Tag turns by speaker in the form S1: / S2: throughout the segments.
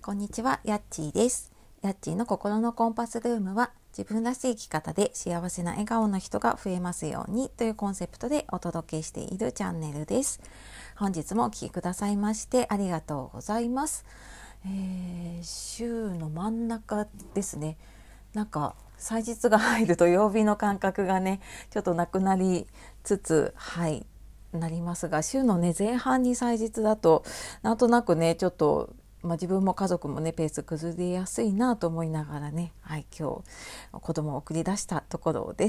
S1: こんにちは、やっちーです。やっちーの心のコンパスルームは、自分らしい生き方で幸せな笑顔の人が増えますようにというコンセプトでお届けしているチャンネルです。本日もお聞きくださいましてありがとうございます。週の真ん中ですね。なんか祭日が入ると曜日の感覚がねちょっとなくなりつつなりますが、週のね前半に祭日だとなんとなくねちょっと自分も家族もねペース崩れやすいなと思いながらね、今日子供を送り出したところです。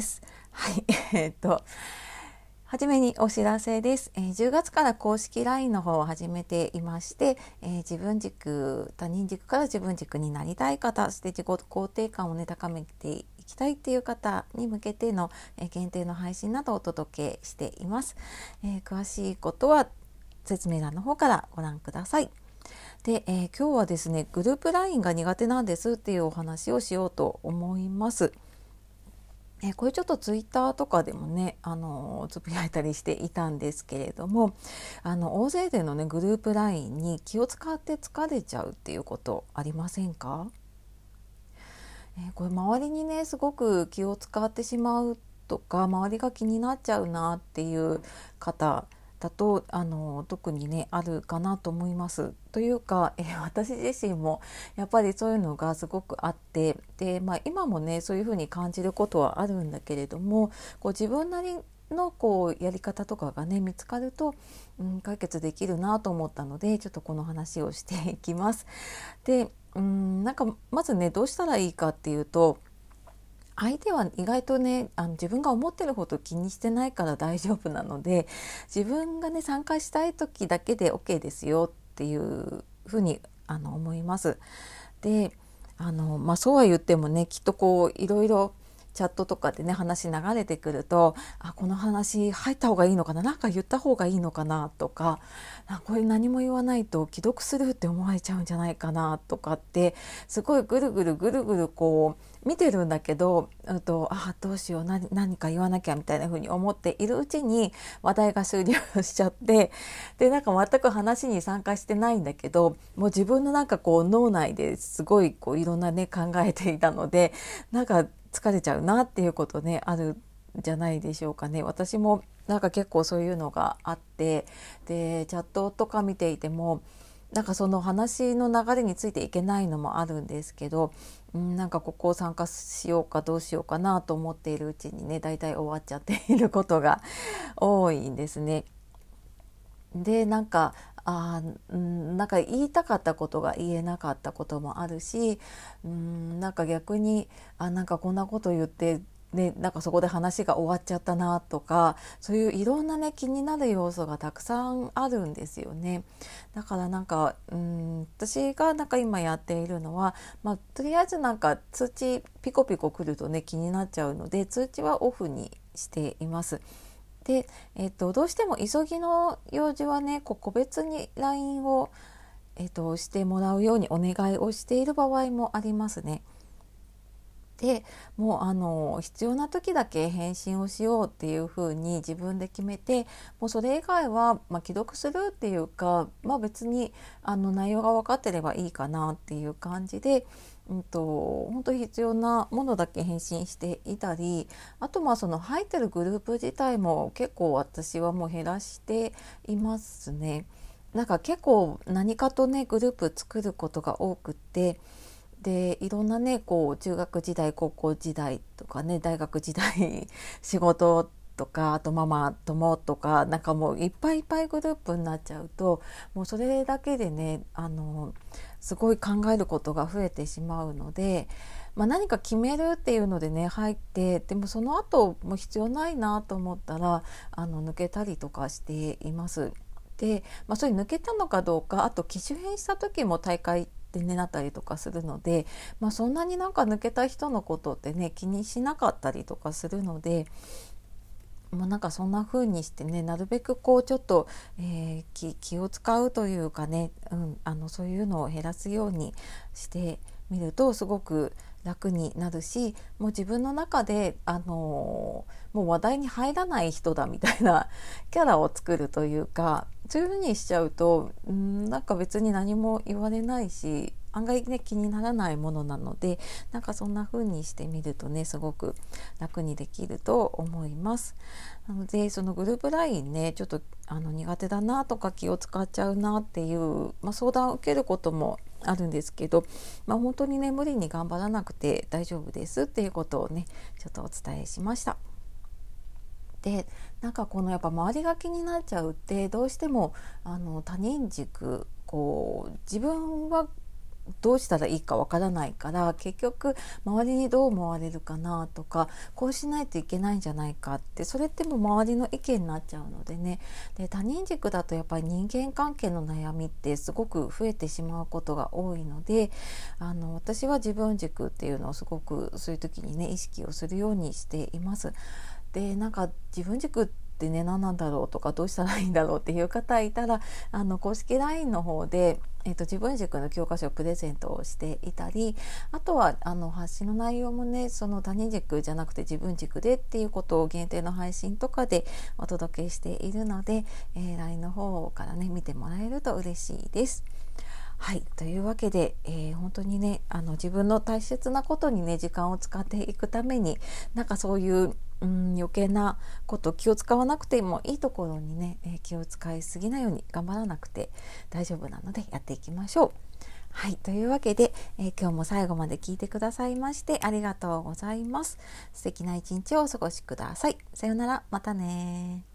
S1: はじめにお知らせです。10月から公式 LINE の方を始めていまして、自分軸、他人軸から自分軸になりたい方、そして自己肯定感をね高めていきたいっていう方に向けての、限定の配信などをお届けしています。詳しいことは説明欄の方からご覧ください。で、今日はですねグループ LINE が苦手なんですっていうお話をしようと思います。これちょっとツイッターとかでもねつぶやいたりしていたんですけれども、大勢でのねグループ LINE に気を使って疲れちゃうっていうことありませんか？これ周りにねすごく気を使ってしまうとか、周りが気になっちゃうなっていう方だと特にねあるかなと思います。というか、私自身もやっぱりそういうのがすごくあって、で、今もねそういうふうに感じることはあるんだけれども、自分なりのやり方とかがね見つかると、解決できるなと思ったので、ちょっとこの話をしていきます。で、なんかまずねどうしたらいいかっていうと、相手は意外とね自分が思ってるほど気にしてないから大丈夫なので、自分がね参加したい時だけで OK ですよっていうふうに思います。でそうは言ってもねきっといろいろチャットとかでね話流れてくると、この話入った方がいいのかな、なんか言った方がいいのかなとか、これ何も言わないと既読スルーって思われちゃうんじゃないかなとかって、すごいぐるぐる見てるんだけど、どうしよう、何か言わなきゃみたいな風に思っているうちに話題が終了しちゃって、でなんか全く話に参加してないんだけど、もう自分の脳内ですごいいろんなね考えていたので、なんか疲れちゃうなっていうことねあるんじゃないでしょうかね。私もなんか結構そういうのがあって、でチャットとか見ていてもなんかその話の流れについていけないのもあるんですけど、なんかここを参加しようかどうしようかなと思っているうちにねだいたい終わっちゃっていることが多いんですね。でなんかなんか言いたかったことが言えなかったこともあるし、なんか逆になんかこんなこと言ってね、なんかそこで話が終わっちゃったなとか、そういういろんなね気になる要素がたくさんあるんですよね。だからなんか私がなんか今やっているのは、とりあえずなんか通知ピコピコ来るとね気になっちゃうので、通知はオフにしています。で、どうしても急ぎの用事はね個別に LINE を、してもらうようにお願いをしている場合もありますね。でもう必要な時だけ返信をしようっていうふうに自分で決めて、もうそれ以外は、既読するっていうか、別に内容が分かってればいいかなっていう感じで、本当に必要なものだけ返信していたり、あとその入ってるグループ自体も結構私はもう減らしていますね。なんか結構何かとねグループ作ることが多くって、でいろんなね中学時代高校時代とかね大学時代仕事とか、あとママ友とか、なんかもういっぱいいっぱいグループになっちゃうと、もうそれだけでねすごい考えることが増えてしまうので、何か決めるっていうのでね入って、でもその後もう必要ないなと思ったら抜けたりとかしています。で、それ抜けたのかどうか、あと機種変した時も大会でねなったりとかするので、そんなになんか抜けた人のことってね気にしなかったりとかするので、もうなんかそんな風にしてねなるべくちょっと、気を使うというかね、そういうのを減らすようにしてみるとすごく楽になるし、もう自分の中で、もう話題に入らない人だみたいなキャラを作るというか、そういう風にしちゃうとなんか別に何も言われないし、 案外ね気にならないものなので、なんかそんな風にしてみるとねすごく楽にできると思います。なのでそのグループ LINE ねちょっと苦手だなとか気を使っちゃうなっていう、相談を受けることもあるんですけど、本当にね無理に頑張らなくて大丈夫ですっていうことをねちょっとお伝えしました。でなんかこのやっぱ周りが気になっちゃうってどうしても他人軸自分はどうしたらいいかわからないから、結局周りにどう思われるかなとか、こうしないといけないんじゃないかって、それってもう周りの意見になっちゃうのでね。で他人軸だとやっぱり人間関係の悩みってすごく増えてしまうことが多いので、私は自分軸っていうのをすごくそういう時にね意識をするようにしています。でなんか自分軸ってね何なんだろうとかどうしたらいいんだろうっていう方いたら公式 LINE の方で、自分軸の教科書をプレゼントをしていたり、あとは発信の内容もねその他人軸じゃなくて自分軸でっていうことを限定の配信とかでお届けしているので、LINE の方からね見てもらえると嬉しいです。はい、というわけで、本当にね自分の大切なことにね時間を使っていくために、なんかそういう余計なこと気を使わなくてもいいところにね、気を使いすぎないように頑張らなくて大丈夫なのでやっていきましょう。はい、というわけで、今日も最後まで聞いてくださいましてありがとうございます。素敵な一日をお過ごしください。さようなら、またね。